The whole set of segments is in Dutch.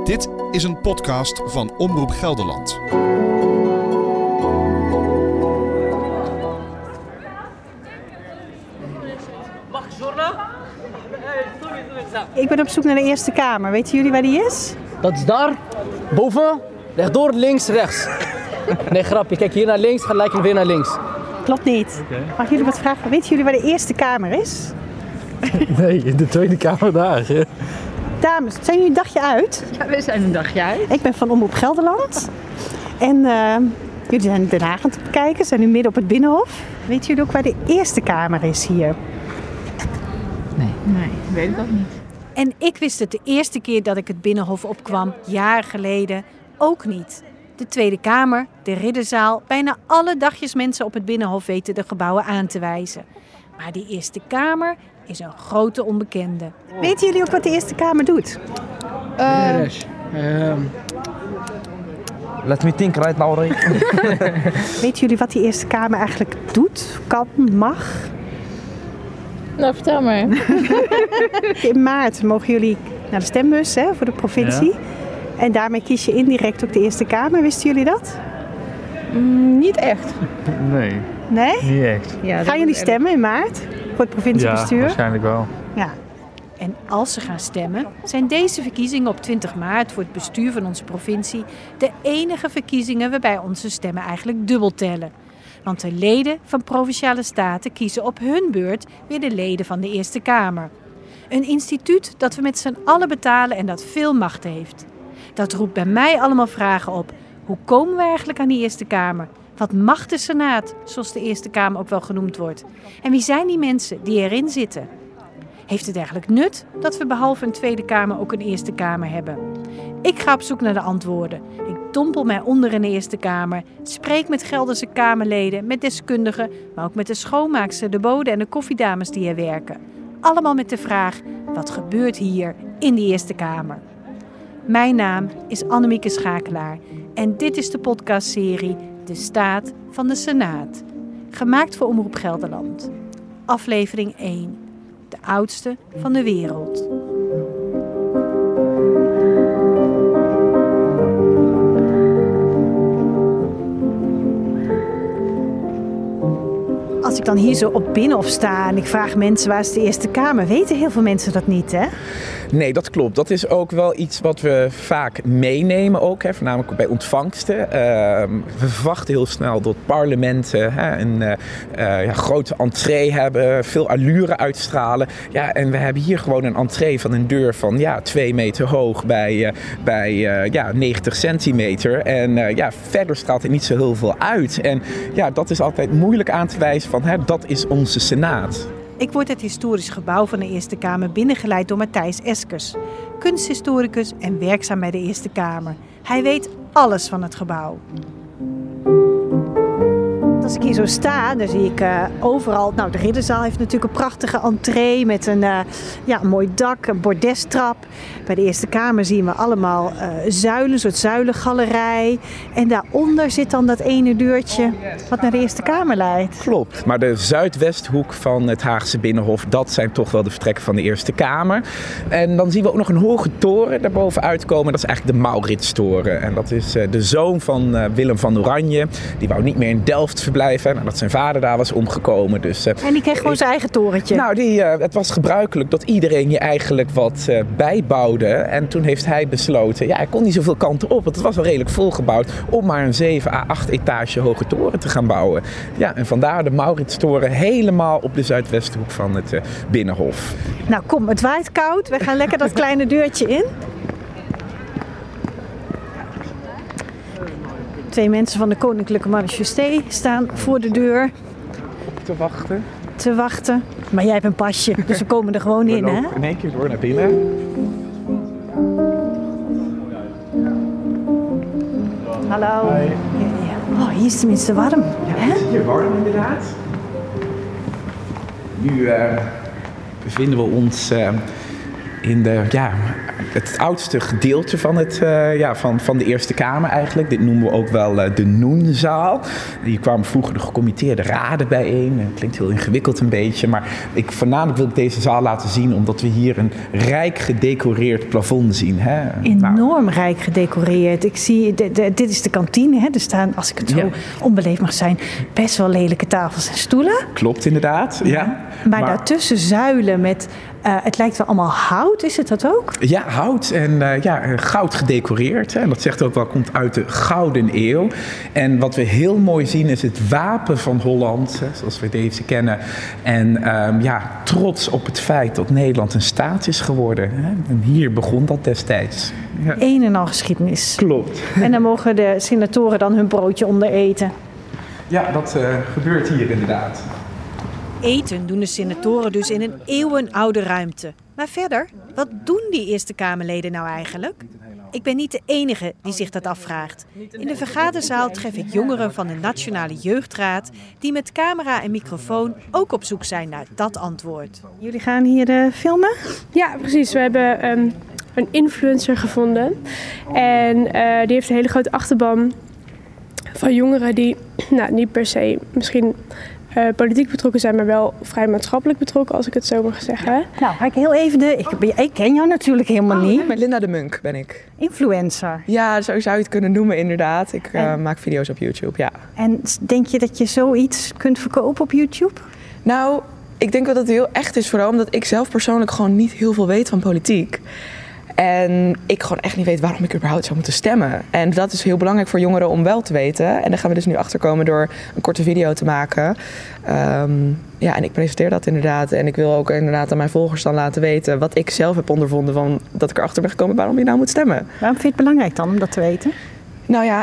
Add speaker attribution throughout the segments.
Speaker 1: Dit is een podcast van Omroep Gelderland.
Speaker 2: Ik ben op zoek naar de Eerste Kamer. Weten jullie waar die is?
Speaker 3: Dat is daar, boven, rechtdoor, links, rechts. Nee, grapje. Kijk hier naar links, ga lijken weer naar links.
Speaker 2: Klopt niet. Mag ik jullie wat vragen? Weten jullie waar de Eerste Kamer is?
Speaker 4: Nee, in de Tweede Kamer daar.
Speaker 2: Dames, zijn jullie een dagje uit?
Speaker 5: Ja, we zijn een dagje uit.
Speaker 2: Ik ben van Omroep Gelderland. En jullie zijn Den Haag aan het bekijken, zijn nu midden op het Binnenhof. Weten jullie ook waar de Eerste Kamer is hier?
Speaker 5: Nee, weet ik ook niet.
Speaker 2: En ik wist het de eerste keer dat ik het Binnenhof opkwam, jaren geleden, ook niet. De Tweede Kamer, de Ridderzaal, bijna alle dagjes mensen op het Binnenhof weten de gebouwen aan te wijzen. Maar die Eerste Kamer is een grote onbekende. Weten jullie ook wat de Eerste Kamer doet?
Speaker 4: Let me think right now, Ray.
Speaker 2: Weten jullie wat die Eerste Kamer eigenlijk doet, kan, mag?
Speaker 5: Nou, vertel maar.
Speaker 2: In maart mogen jullie naar de stembus voor de provincie. Ja. En daarmee kies je indirect ook de Eerste Kamer. Wisten jullie dat?
Speaker 5: Niet echt.
Speaker 4: Nee,
Speaker 2: Nee?
Speaker 4: niet echt.
Speaker 5: Ja,
Speaker 2: Gaan jullie stemmen in maart voor het provinciebestuur?
Speaker 4: Ja, waarschijnlijk wel.
Speaker 2: Ja. En als ze gaan stemmen, zijn deze verkiezingen op 20 maart voor het bestuur van onze provincie de enige verkiezingen waarbij onze stemmen eigenlijk dubbel tellen. Want de leden van Provinciale Staten kiezen op hun beurt weer de leden van de Eerste Kamer. Een instituut dat we met z'n allen betalen en dat veel macht heeft. Dat roept bij mij allemaal vragen op. Hoe komen we eigenlijk aan die Eerste Kamer? Wat mag de Senaat, zoals de Eerste Kamer ook wel genoemd wordt? En wie zijn die mensen die erin zitten? Heeft het eigenlijk nut dat we behalve een Tweede Kamer ook een Eerste Kamer hebben? Ik ga op zoek naar de antwoorden. Ik dompel mij onder in de Eerste Kamer, spreek met Gelderse Kamerleden, met deskundigen, maar ook met de schoonmaakster, de bode en de koffiedames die er werken. Allemaal met de vraag, wat gebeurt hier in de Eerste Kamer? Mijn naam is Annemieke Schakelaar en dit is de podcastserie De Staat van de Senaat. Gemaakt voor Omroep Gelderland. Aflevering 1. De oudste van de wereld. Als ik dan hier zo op Binnenhof sta en ik vraag mensen waar is de Eerste Kamer, weten heel veel mensen dat niet, hè?
Speaker 6: Nee, dat klopt. Dat is ook wel iets wat we vaak meenemen ook, voornamelijk bij ontvangsten. We verwachten heel snel dat parlementen een grote entree hebben, veel allure uitstralen. Ja, en we hebben hier gewoon een entree van een deur van 2 meter hoog bij 90 centimeter. En verder straalt er niet zo heel veel uit. En dat is altijd moeilijk aan te wijzen van dat is onze Senaat.
Speaker 2: Ik word het historisch gebouw van de Eerste Kamer binnengeleid door Matthijs Eskers, kunsthistoricus en werkzaam bij de Eerste Kamer. Hij weet alles van het gebouw. Als ik hier zo sta, dan zie ik overal... Nou, de Ridderzaal heeft natuurlijk een prachtige entree met een mooi dak, een bordestrap. Bij de Eerste Kamer zien we allemaal zuilen, een soort zuilengalerij. En daaronder zit dan dat ene deurtje wat naar de Eerste Kamer leidt.
Speaker 6: Klopt, maar de zuidwesthoek van het Haagse Binnenhof, dat zijn toch wel de vertrekken van de Eerste Kamer. En dan zien we ook nog een hoge toren daarboven uitkomen. Dat is eigenlijk de Mauritstoren. En dat is de zoon van Willem van Oranje. Die wou niet meer in Delft verblijven. Dat zijn vader daar was omgekomen. Dus,
Speaker 2: en die kreeg gewoon zijn eigen torentje?
Speaker 6: Nou, het was gebruikelijk dat iedereen je eigenlijk wat bijbouwde. En toen heeft hij besloten, hij kon niet zoveel kanten op. Want het was al redelijk volgebouwd om maar een 7 à 8 etage hoge toren te gaan bouwen. Ja, en vandaar de Mauritstoren helemaal op de zuidwesthoek van het Binnenhof.
Speaker 2: Nou kom, het waait koud. We gaan lekker dat kleine deurtje in. 2 mensen van de Koninklijke Marechaussee staan voor de deur. Te wachten. Maar jij hebt een pasje, dus we komen er gewoon in, hè?
Speaker 6: In één keer door naar binnen.
Speaker 2: Hallo. Ja. Oh, hier is het tenminste warm.
Speaker 6: Ja, het is hier warm inderdaad. Nu bevinden we ons in de het oudste gedeelte van, van de Eerste Kamer eigenlijk. Dit noemen we ook wel de Noenzaal. Hier kwamen vroeger de gecommitteerde raden bijeen. Dat klinkt heel ingewikkeld een beetje, maar voornamelijk wil ik deze zaal laten zien omdat we hier een rijk gedecoreerd plafond zien. Hè?
Speaker 2: Enorm rijk gedecoreerd. Ik zie, dit is de kantine. Hè? Er staan, als ik het zo onbeleefd mag zijn, best wel lelijke tafels en stoelen.
Speaker 6: Klopt inderdaad, ja.
Speaker 2: Maar daartussen zuilen met, het lijkt wel allemaal hout, is het dat ook?
Speaker 6: Ja, hout en goud gedecoreerd. Hè. En dat zegt ook wel, komt uit de Gouden Eeuw. En wat we heel mooi zien is het wapen van Holland, hè, zoals we deze kennen. En trots op het feit dat Nederland een staat is geworden. Hè. En hier begon dat destijds. Ja.
Speaker 2: Een en al geschiedenis.
Speaker 6: Klopt.
Speaker 2: En dan mogen de senatoren dan hun broodje onder eten.
Speaker 6: Ja, dat gebeurt hier inderdaad.
Speaker 2: Eten doen de senatoren dus in een eeuwenoude ruimte. Maar verder, wat doen die Eerste Kamerleden nou eigenlijk? Ik ben niet de enige die zich dat afvraagt. In de vergaderzaal tref ik jongeren van de Nationale Jeugdraad die met camera en microfoon ook op zoek zijn naar dat antwoord. Jullie gaan hier filmen?
Speaker 7: Ja, precies. We hebben een influencer gevonden. En die heeft een hele grote achterban van jongeren die niet per se misschien politiek betrokken zijn, maar wel vrij maatschappelijk betrokken, als ik het zo mag zeggen.
Speaker 2: Nou, ga ik heel even ik ken jou natuurlijk helemaal niet.
Speaker 8: Linda de Munk ben ik.
Speaker 2: Influencer.
Speaker 8: Ja, zo zou je het kunnen noemen inderdaad. Ik maak video's op YouTube, ja.
Speaker 2: En denk je dat je zoiets kunt verkopen op YouTube?
Speaker 8: Nou, ik denk wel dat het heel echt is, vooral omdat ik zelf persoonlijk gewoon niet heel veel weet van politiek. En ik gewoon echt niet weet waarom ik überhaupt zou moeten stemmen. En dat is heel belangrijk voor jongeren om wel te weten. En daar gaan we dus nu achterkomen door een korte video te maken. En ik presenteer dat inderdaad. En ik wil ook inderdaad aan mijn volgers dan laten weten wat ik zelf heb ondervonden van dat ik erachter ben gekomen waarom je nou moet stemmen.
Speaker 2: Waarom vind je het belangrijk dan om dat te weten?
Speaker 8: Nou ja,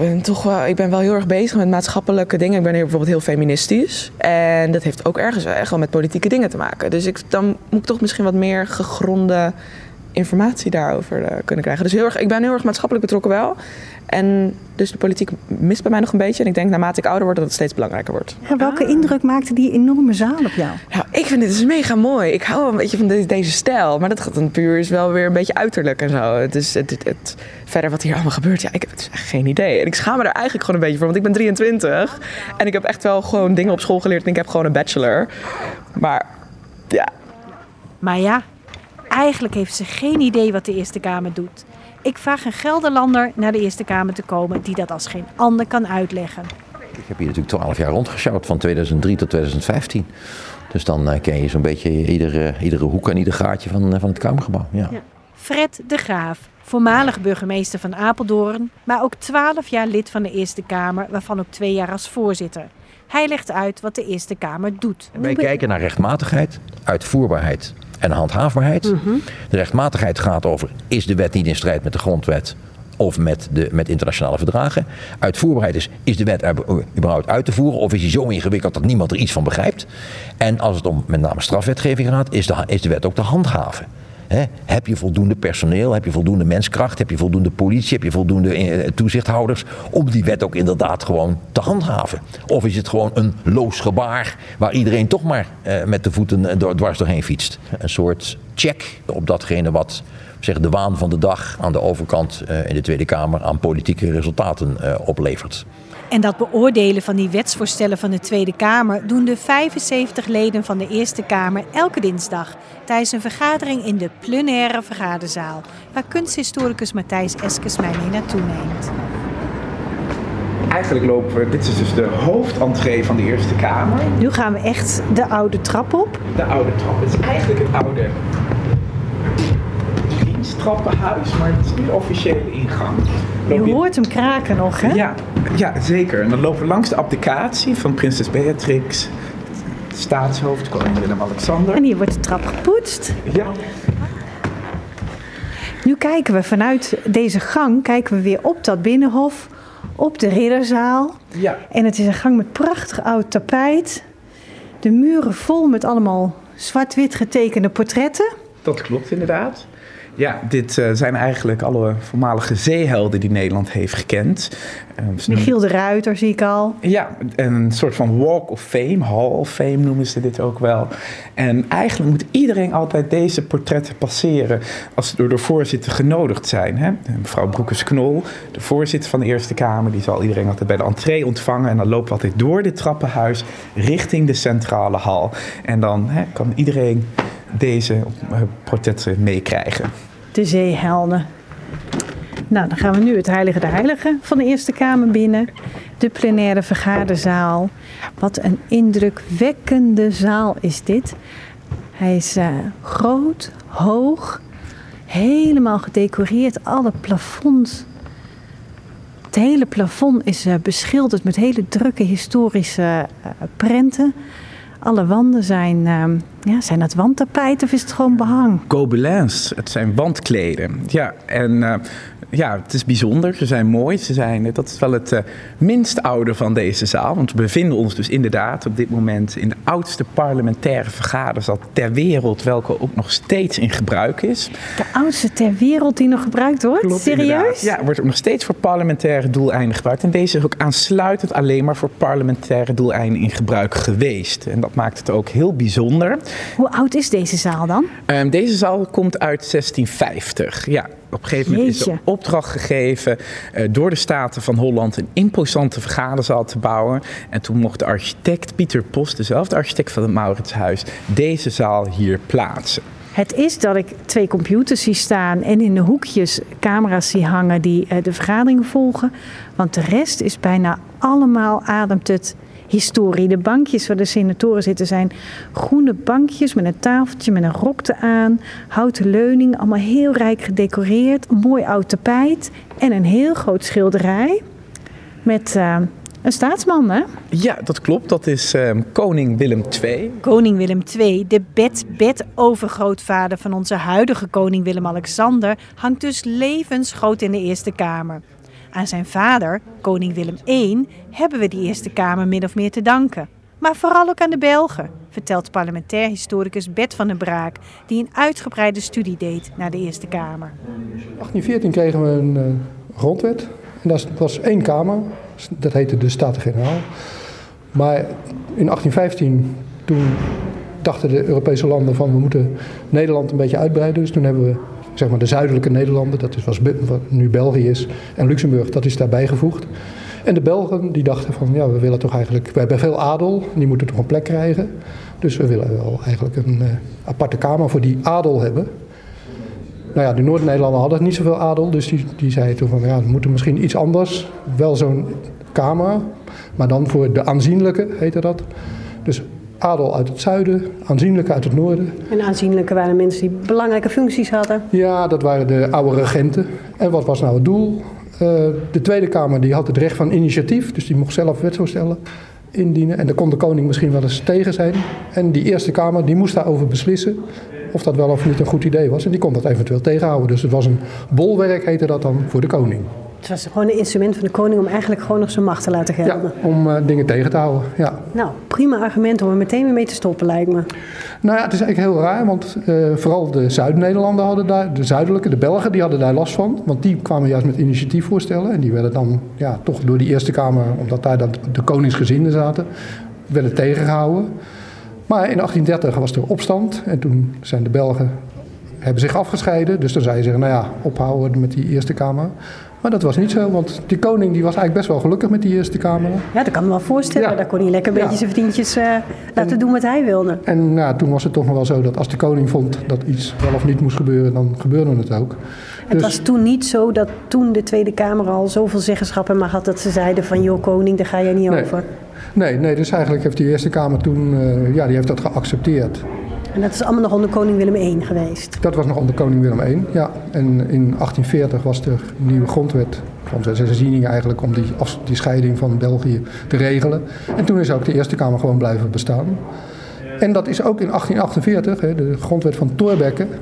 Speaker 8: ik ben wel heel erg bezig met maatschappelijke dingen. Ik ben bijvoorbeeld heel feministisch. En dat heeft ook ergens echt wel met politieke dingen te maken. Dus dan moet ik toch misschien wat meer gegronde informatie daarover kunnen krijgen. Dus ik ben heel erg maatschappelijk betrokken wel. En dus de politiek mist bij mij nog een beetje. En ik denk naarmate ik ouder word dat het steeds belangrijker wordt.
Speaker 2: Ja, welke indruk maakte die enorme zaal op jou?
Speaker 8: Nou, ik vind dit dus mega mooi. Ik hou wel een beetje van deze stijl. Maar dat gaat dan puur is wel weer een beetje uiterlijk en zo. Het verder wat hier allemaal gebeurt, ik heb dus echt geen idee. En ik schaam me er eigenlijk gewoon een beetje voor. Want ik ben 23. En ik heb echt wel gewoon dingen op school geleerd. En ik heb gewoon een bachelor. Maar ja.
Speaker 2: Maar ja, eigenlijk heeft ze geen idee wat de Eerste Kamer doet. Ik vraag een Gelderlander naar de Eerste Kamer te komen die dat als geen ander kan uitleggen.
Speaker 9: Ik heb hier natuurlijk 12 jaar rondgesjouwd, van 2003 tot 2015. Dus dan ken je zo'n beetje iedere hoek en ieder gaatje van het Kamergebouw. Ja.
Speaker 2: Ja. Fred de Graaf, voormalig burgemeester van Apeldoorn, maar ook 12 jaar lid van de Eerste Kamer, waarvan ook 2 jaar als voorzitter. Hij legt uit wat de Eerste Kamer doet.
Speaker 9: Wij kijken naar rechtmatigheid, uitvoerbaarheid en handhaafbaarheid. De rechtmatigheid gaat over, is de wet niet in strijd met de grondwet of met internationale verdragen? Uitvoerbaarheid is de wet er überhaupt uit te voeren of is die zo ingewikkeld dat niemand er iets van begrijpt? En als het om met name strafwetgeving gaat, is de wet ook te handhaven. Heb je voldoende personeel, heb je voldoende menskracht, heb je voldoende politie, heb je voldoende toezichthouders om die wet ook inderdaad gewoon te handhaven? Of is het gewoon een loos gebaar waar iedereen toch maar met de voeten dwars doorheen fietst? Een soort check op datgene wat de waan van de dag aan de overkant in de Tweede Kamer aan politieke resultaten oplevert.
Speaker 2: En dat beoordelen van die wetsvoorstellen van de Tweede Kamer doen de 75 leden van de Eerste Kamer elke dinsdag tijdens een vergadering in de plenaire vergaderzaal, waar kunsthistoricus Matthijs Eskes mij mee naartoe neemt.
Speaker 6: Eigenlijk lopen we, dit is dus de hoofdentree van de Eerste Kamer.
Speaker 2: Nu gaan we echt de oude trap op.
Speaker 6: De oude trap, het is eigenlijk het oude trappenhuis, maar het is niet de officiële ingang.
Speaker 2: Je hoort hem kraken nog, hè?
Speaker 6: Ja, zeker. En dan lopen we langs de abdicatie van prinses Beatrix, staatshoofd, koning Willem-Alexander.
Speaker 2: En hier wordt de trap gepoetst.
Speaker 6: Ja.
Speaker 2: Nu kijken we vanuit deze gang weer op dat binnenhof, op de ridderzaal.
Speaker 6: Ja.
Speaker 2: En het is een gang met prachtig oud tapijt. De muren vol met allemaal zwart-wit getekende portretten.
Speaker 6: Dat klopt inderdaad. Ja, dit zijn eigenlijk alle voormalige zeehelden die Nederland heeft gekend.
Speaker 2: Michiel de Ruiter zie ik al.
Speaker 6: Ja, een soort van Walk of Fame, Hall of Fame noemen ze dit ook wel. En eigenlijk moet iedereen altijd deze portretten passeren als ze door de voorzitter genodigd zijn. Hè? Mevrouw Broekers-Knol, de voorzitter van de Eerste Kamer, die zal iedereen altijd bij de entree ontvangen. En dan lopen we altijd door dit trappenhuis richting de centrale hal. En dan kan iedereen deze portretten meekrijgen.
Speaker 2: De zeehelden. Nou, dan gaan we nu het Heilige der Heiligen van de Eerste Kamer binnen. De plenaire vergaderzaal. Wat een indrukwekkende zaal is dit. Hij is groot, hoog, helemaal gedecoreerd. Alle plafonds. Het hele plafond is beschilderd met hele drukke historische prenten. Alle wanden zijn het wandtapijt of is het gewoon behang?
Speaker 6: Gobelins, het zijn wandkleden. Ja, en het is bijzonder. Ze zijn mooi. Dat is wel het minst oude van deze zaal. Want we bevinden ons dus inderdaad op dit moment in de oudste parlementaire vergaderzaal ter wereld, welke ook nog steeds in gebruik is.
Speaker 2: De oudste ter wereld die nog gebruikt wordt?
Speaker 6: Klopt,
Speaker 2: serieus?
Speaker 6: Inderdaad. Ja, wordt ook nog steeds voor parlementaire doeleinden gebruikt. En deze is ook aansluitend alleen maar voor parlementaire doeleinden in gebruik geweest. En dat maakt het ook heel bijzonder.
Speaker 2: Hoe oud is deze zaal dan?
Speaker 6: Deze zaal komt uit 1650. Ja, op een gegeven moment is er opdracht gegeven door de Staten van Holland een imposante vergaderzaal te bouwen. En toen mocht de architect Pieter Post, dezelfde architect van het Mauritshuis, deze zaal hier plaatsen.
Speaker 2: Het is dat ik 2 computers zie staan en in de hoekjes camera's zie hangen die de vergaderingen volgen. Want de rest is bijna allemaal ademt het historie. De bankjes waar de senatoren zitten zijn groene bankjes met een tafeltje met een rokte aan, houten leuning, allemaal heel rijk gedecoreerd, een mooi oud tapijt en een heel groot schilderij met een staatsman, hè?
Speaker 6: Ja, dat klopt. Dat is koning Willem II.
Speaker 2: Koning Willem II, de bed-overgrootvader van onze huidige koning Willem-Alexander, hangt dus levensgroot in de Eerste Kamer. Aan zijn vader, koning Willem I, hebben we die Eerste Kamer min of meer te danken. Maar vooral ook aan de Belgen, vertelt parlementair historicus Bert van den Braak, die een uitgebreide studie deed naar de Eerste Kamer.
Speaker 10: In 1814 kregen we een grondwet. En dat was 1 kamer. Dat heette de Staten-Generaal. Maar in 1815, toen dachten de Europese landen van we moeten Nederland een beetje uitbreiden. Dus toen hebben we zeg maar de zuidelijke Nederlanden, dat is wat nu België is, en Luxemburg, dat is daarbij gevoegd. En de Belgen die dachten van ja, we willen toch eigenlijk, we hebben veel adel, die moeten toch een plek krijgen. Dus we willen wel eigenlijk een aparte kamer voor die adel hebben. Nou ja, de Noord-Nederlanden hadden niet zoveel adel, dus die zeiden toen van ja, we moeten misschien iets anders. Wel zo'n kamer, maar dan voor de aanzienlijke heette dat. Dus adel uit het zuiden, aanzienlijke uit het noorden.
Speaker 11: En aanzienlijke waren mensen die belangrijke functies hadden?
Speaker 10: Ja, dat waren de oude regenten. En wat was nou het doel? De Tweede Kamer die had het recht van initiatief, dus die mocht zelf wetsvoorstellen indienen. En daar kon de koning misschien wel eens tegen zijn. En die Eerste Kamer die moest daarover beslissen of dat wel of niet een goed idee was. En die kon dat eventueel tegenhouden. Dus het was een bolwerk, heette dat dan, voor de koning.
Speaker 11: Het was gewoon een instrument van de koning om eigenlijk gewoon nog zijn macht te laten gelden.
Speaker 10: Ja, om dingen tegen te houden, ja.
Speaker 11: Nou, prima argument om er meteen weer mee te stoppen, lijkt me.
Speaker 10: Nou ja, het is eigenlijk heel raar, want vooral de Zuid-Nederlanden hadden daar, de zuidelijke, de Belgen, die hadden daar last van. Want die kwamen juist met initiatiefvoorstellen en die werden dan ja, toch door die Eerste Kamer, omdat daar dan de koningsgezinden zaten, werden tegengehouden. Maar in 1830 was er opstand en toen zijn de Belgen, hebben zich afgescheiden. Dus dan zei ze, nou ja, ophouden met die Eerste Kamer. Maar dat was niet zo, want die koning die was eigenlijk best wel gelukkig met die Eerste Kamer.
Speaker 11: Ja, dat kan me wel voorstellen. Ja. Daar kon hij lekker een beetje zijn vriendjes laten doen wat hij wilde.
Speaker 10: En nou, toen was het toch nog wel zo dat als de koning vond dat iets wel of niet moest gebeuren, dan gebeurde het ook.
Speaker 11: Het was toen niet zo dat toen de Tweede Kamer al zoveel zeggenschap in mag had dat ze zeiden van joh koning, daar ga jij niet over. Nee, dus eigenlijk heeft die Eerste Kamer toen, die heeft dat geaccepteerd. En dat is allemaal nog onder koning Willem I geweest?
Speaker 10: Dat was nog onder koning Willem I, ja. En in 1840 was er een nieuwe grondwet van de herziening eigenlijk om die scheiding van België te regelen. En toen is ook de Eerste Kamer gewoon blijven bestaan. En dat is ook in 1848, de grondwet van Thorbecke,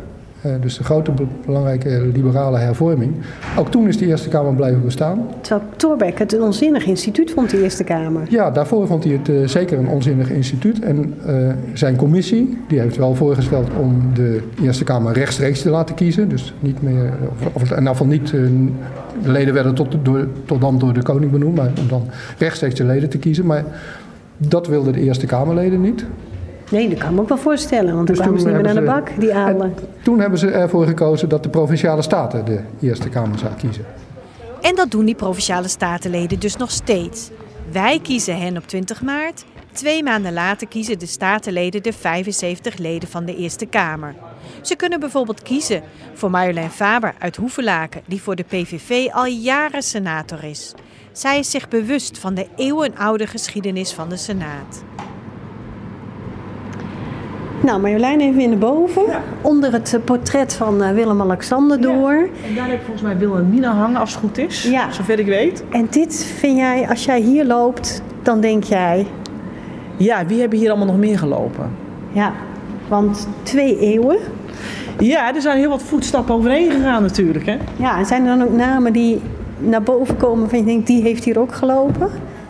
Speaker 10: Dus de grote belangrijke liberale hervorming. Ook toen is de Eerste Kamer blijven bestaan.
Speaker 11: Terwijl Thorbecke het een onzinnig instituut vond, de Eerste Kamer.
Speaker 10: Ja, daarvoor vond hij het zeker een onzinnig instituut. En zijn commissie, die heeft wel voorgesteld om de Eerste Kamer rechtstreeks te laten kiezen. Dus niet meer, of in ieder geval niet, de leden werden tot dan door de koning benoemd, maar om dan rechtstreeks de leden te kiezen. Maar dat wilden de Eerste Kamerleden niet.
Speaker 11: Nee, dat kan ik me ook wel voorstellen, want dan kwamen ze niet meer naar de bak, die adelen.
Speaker 10: Toen hebben ze ervoor gekozen dat de Provinciale Staten de Eerste Kamer zou kiezen.
Speaker 2: En dat doen die Provinciale Statenleden dus nog steeds. Wij kiezen hen op 20 maart. 2 maanden later kiezen de Statenleden de 75 leden van de Eerste Kamer. Ze kunnen bijvoorbeeld kiezen voor Marjolein Faber uit Hoevelaken, die voor de PVV al jaren senator is. Zij is zich bewust van de eeuwenoude geschiedenis van de Senaat.
Speaker 11: Nou, Marjolein even weer naar boven. Ja. Onder het portret van Willem-Alexander door.
Speaker 12: Ja. En daar heb ik volgens mij Wilhelmina hangen, als het goed is. Ja. Zover ik weet.
Speaker 11: En dit vind jij, als jij hier loopt, dan denk jij...
Speaker 12: Ja, wie hebben hier allemaal nog meer gelopen?
Speaker 11: Ja, want 2 eeuwen.
Speaker 12: Ja, er zijn heel wat voetstappen overheen gegaan natuurlijk, hè?
Speaker 11: Ja, en zijn er dan ook namen die naar boven komen van je denkt, die heeft hier ook gelopen?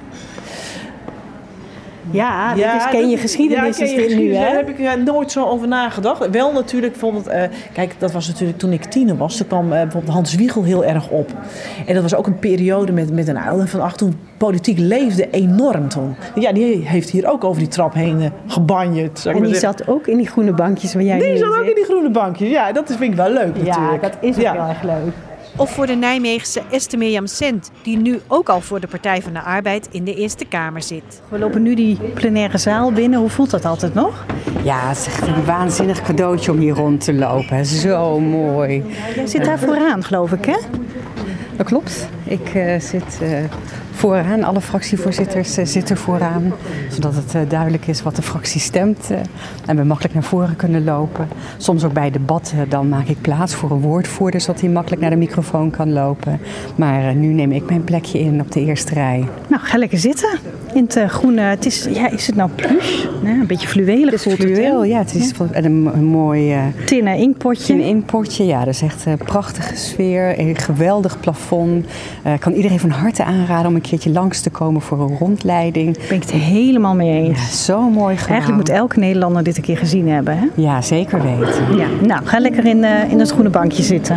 Speaker 11: Ja, ken je geschiedenis is dit nu, hè?
Speaker 12: Daar heb ik nooit zo over nagedacht. Wel natuurlijk, bijvoorbeeld, kijk, dat was natuurlijk toen ik tiener was. Toen kwam bijvoorbeeld Hans Wiegel heel erg op. En dat was ook een periode met een uil en Van Agt. Toen politiek leefde enorm toen. Ja, die heeft hier ook over die trap heen gebanjerd.
Speaker 11: En die zat ook in die groene bankjes waar jij nu zit.
Speaker 12: Die zat ook in die groene bankjes. Ja, dat vind ik wel leuk natuurlijk.
Speaker 11: Ja, dat is ook heel erg leuk.
Speaker 2: Of voor de Nijmeegse Esther Mirjam Sent, die nu ook al voor de Partij van de Arbeid in de Eerste Kamer zit.
Speaker 11: We lopen nu die plenaire zaal binnen. Hoe voelt dat altijd nog?
Speaker 13: Ja, het is echt een waanzinnig cadeautje om hier rond te lopen. Zo mooi.
Speaker 11: Jij zit daar vooraan, geloof ik, hè?
Speaker 13: Dat klopt. Ik zit vooraan. Alle fractievoorzitters zitten vooraan. Zodat het duidelijk is wat de fractie stemt. En we makkelijk naar voren kunnen lopen. Soms ook bij debatten. Dan maak ik plaats voor een woordvoerder. Zodat hij makkelijk naar de microfoon kan lopen. Maar nu neem ik mijn plekje in op de eerste rij.
Speaker 11: Nou, ga lekker zitten. In het groene. Het is, is het nou plush? Nee, een beetje fluwelig.
Speaker 13: Het is fluweel, ja. Het is een mooi...
Speaker 11: tinnen inkpotje.
Speaker 13: Tinnen inkpotje, ja. Dat is echt een prachtige sfeer. Een geweldig plafond. Ik kan iedereen van harte aanraden om een keertje langs te komen voor een rondleiding.
Speaker 11: Daar ben ik het helemaal mee eens.
Speaker 13: Ja, zo mooi gedaan.
Speaker 11: Eigenlijk moet elke Nederlander dit een keer gezien hebben, hè?
Speaker 13: Ja, zeker weten.
Speaker 11: Ja, nou, ga lekker in het groene bankje zitten.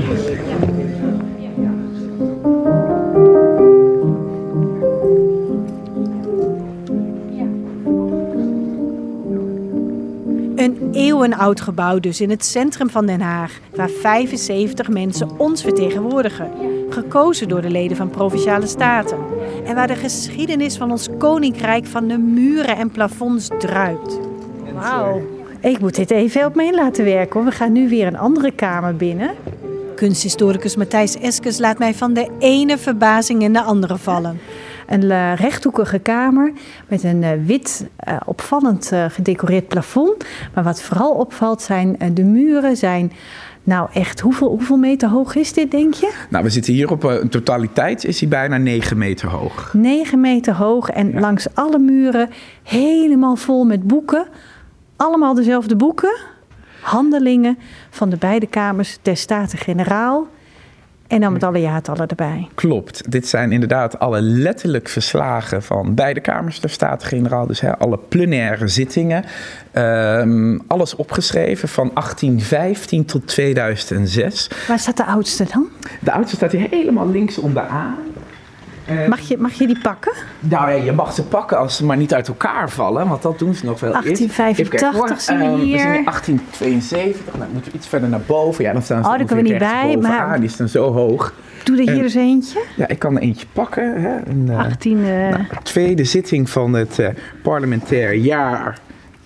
Speaker 2: Een eeuwenoud gebouw dus in het centrum van Den Haag, waar 75 mensen ons vertegenwoordigen. Gekozen door de leden van Provinciale Staten. En waar de geschiedenis van ons koninkrijk van de muren en plafonds druipt.
Speaker 11: Wauw. Ik moet dit even op me in laten werken, hoor. We gaan nu weer een andere kamer binnen.
Speaker 2: Kunsthistoricus Matthijs Eskes laat mij van de ene verbazing in de andere vallen.
Speaker 11: Een rechthoekige kamer met een wit, opvallend gedecoreerd plafond. Maar wat vooral opvalt zijn de muren zijn... Nou echt, hoeveel meter hoog is dit, denk je?
Speaker 6: Nou, we zitten hier op een totaliteit, is hij bijna 9 meter hoog.
Speaker 11: 9 meter hoog en langs alle muren helemaal vol met boeken. Allemaal dezelfde boeken. Handelingen van de beide kamers der Staten-Generaal. En dan met alle jaartallen erbij.
Speaker 6: Klopt. Dit zijn inderdaad alle letterlijk verslagen van beide kamers der Staten-Generaal. Dus alle plenaire zittingen. Alles opgeschreven van 1815 tot 2006.
Speaker 11: Waar staat de oudste dan?
Speaker 6: De oudste staat hier helemaal links onderaan.
Speaker 11: Mag je die pakken?
Speaker 6: Nou ja, je mag ze pakken als ze maar niet uit elkaar vallen, want dat doen ze nog wel
Speaker 11: 1885 zien we hier.
Speaker 6: We zijn in 1872, nou moeten we iets verder naar boven. Ja, dan staan ze
Speaker 11: daar kunnen we niet bij, maar...
Speaker 6: Die staan zo hoog.
Speaker 11: Doe er hier eens eentje.
Speaker 6: Ja, ik kan er eentje pakken. Hè. Tweede zitting van het parlementair jaar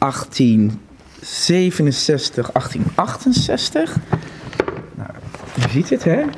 Speaker 6: 1867, 1868. Nou, je ziet het, hè?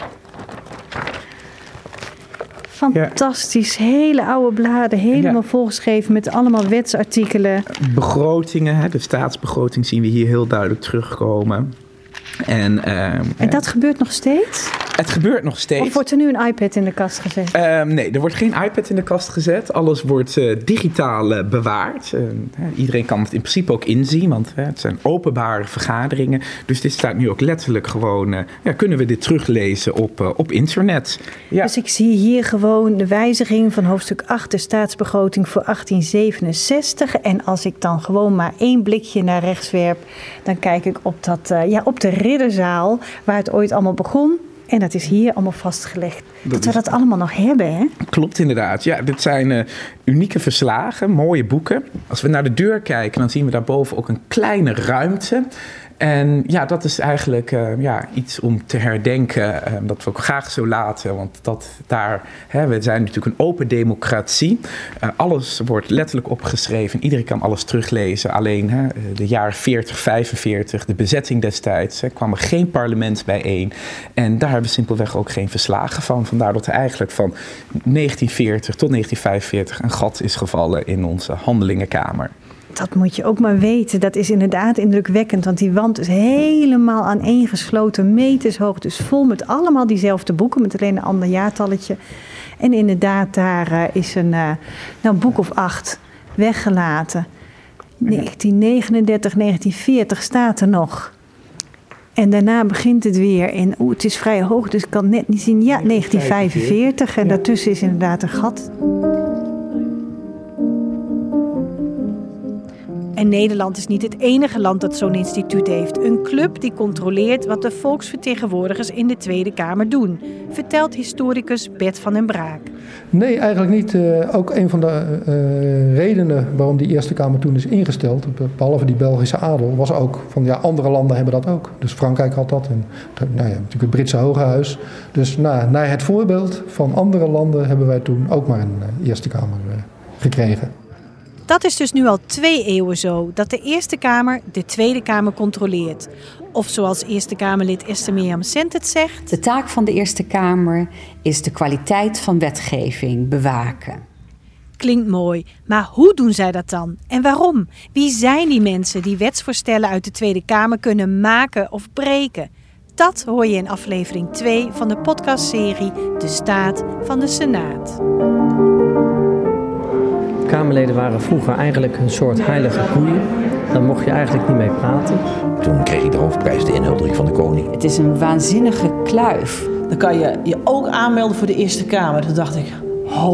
Speaker 11: Fantastisch, hele oude bladen, helemaal volgeschreven met allemaal wetsartikelen.
Speaker 6: Begrotingen, de staatsbegroting zien we hier heel duidelijk terugkomen. En
Speaker 11: dat gebeurt nog steeds?
Speaker 6: Het gebeurt nog steeds.
Speaker 2: Of wordt er nu een iPad in de kast gezet?
Speaker 6: Nee, er wordt geen iPad in de kast gezet. Alles wordt digitaal bewaard. Iedereen kan het in principe ook inzien, want het zijn openbare vergaderingen. Dus dit staat nu ook letterlijk gewoon... kunnen we dit teruglezen op internet. Ja.
Speaker 2: Dus ik zie hier gewoon de wijziging van hoofdstuk 8, de staatsbegroting voor 1867. En als ik dan gewoon maar 1 blikje naar rechts werp, dan kijk ik op de ridderzaal waar het ooit allemaal begon. En dat is hier allemaal vastgelegd. Dat we dat allemaal nog hebben, hè?
Speaker 6: Klopt inderdaad. Ja, dit zijn unieke verslagen, mooie boeken. Als we naar de deur kijken, dan zien we daarboven ook een kleine ruimte. En ja, dat is eigenlijk iets om te herdenken, dat we ook graag zo laten. Want we zijn natuurlijk een open democratie. Alles wordt letterlijk opgeschreven. Iedereen kan alles teruglezen. Alleen de jaren 40, 45, de bezetting destijds, kwam er geen parlement bijeen. En daar hebben we simpelweg ook geen verslagen van. Vandaar dat er eigenlijk van 1940 tot 1945 een gat is gevallen in onze handelingenkamer.
Speaker 2: Dat moet je ook maar weten. Dat is inderdaad indrukwekkend. Want die wand is helemaal aaneengesloten, meters hoog. Dus vol met allemaal diezelfde boeken, met alleen een ander jaartalletje. En inderdaad, daar is een boek of 8 weggelaten. 1939, 1940 staat er nog. En daarna begint het weer. En het is vrij hoog, dus ik kan het net niet zien. Ja, 1945. En daartussen is inderdaad een gat. En Nederland is niet het enige land dat zo'n instituut heeft. Een club die controleert wat de volksvertegenwoordigers in de Tweede Kamer doen, vertelt historicus Bert van den Braak.
Speaker 10: Nee, eigenlijk niet. Ook een van de redenen waarom die Eerste Kamer toen is ingesteld, behalve die Belgische adel, was ook van andere landen hebben dat ook. Dus Frankrijk had dat en natuurlijk het Britse Hoge Huis. Dus naar het voorbeeld van andere landen hebben wij toen ook maar een Eerste Kamer gekregen.
Speaker 2: Dat is dus nu al 2 eeuwen zo, dat de Eerste Kamer de Tweede Kamer controleert. Of zoals Eerste Kamerlid Esther Mirjam Sent het zegt:
Speaker 13: de taak van de Eerste Kamer is de kwaliteit van wetgeving bewaken.
Speaker 2: Klinkt mooi, maar hoe doen zij dat dan? En waarom? Wie zijn die mensen die wetsvoorstellen uit de Tweede Kamer kunnen maken of breken? Dat hoor je in aflevering 2 van de podcastserie De Staat van de Senaat.
Speaker 3: Kamerleden waren vroeger eigenlijk een soort heilige koeien. Daar mocht je eigenlijk niet mee praten.
Speaker 9: Toen kreeg ik de hoofdprijs, de inhuldiging van de koning.
Speaker 13: Het is een waanzinnige kluif.
Speaker 12: Dan kan je je ook aanmelden voor de Eerste Kamer. Toen dacht ik,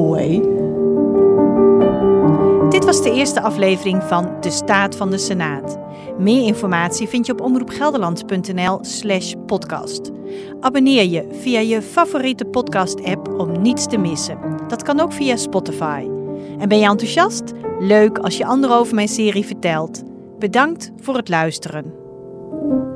Speaker 2: Dit was de eerste aflevering van De Staat van de Senaat. Meer informatie vind je op omroepgelderland.nl/podcast. Abonneer je via je favoriete podcast-app om niets te missen. Dat kan ook via Spotify. En ben je enthousiast? Leuk als je anderen over mijn serie vertelt. Bedankt voor het luisteren.